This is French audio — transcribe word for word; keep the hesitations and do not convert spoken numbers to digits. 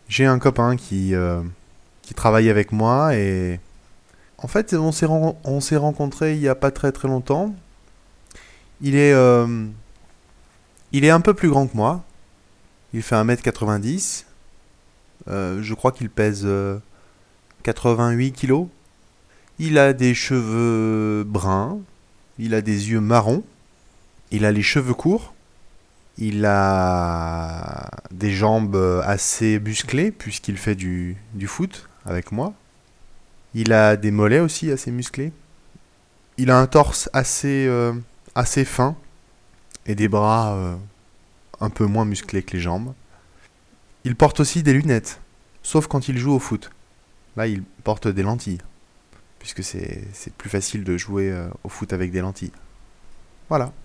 J'ai un copain qui, euh, qui travaille avec moi et en fait on s'est ren- on s'est rencontrés il y a pas très très longtemps. Il est, euh, il est un peu plus grand que moi. Il fait un mètre quatre-vingt-dix. Euh, je crois qu'il pèse euh, quatre-vingt-huit kilos. Il a des cheveux bruns. Il a des yeux marrons. Il a les cheveux courts. Il a des jambes assez musclées puisqu'il fait du, du foot avec moi. Il a des mollets aussi assez musclés. Il a un torse assez, euh, assez fin et des bras euh, un peu moins musclés que les jambes. Il porte aussi des lunettes, sauf quand il joue au foot. Là, il porte des lentilles, puisque c'est c'est plus facile de jouer euh, au foot avec des lentilles. Voilà.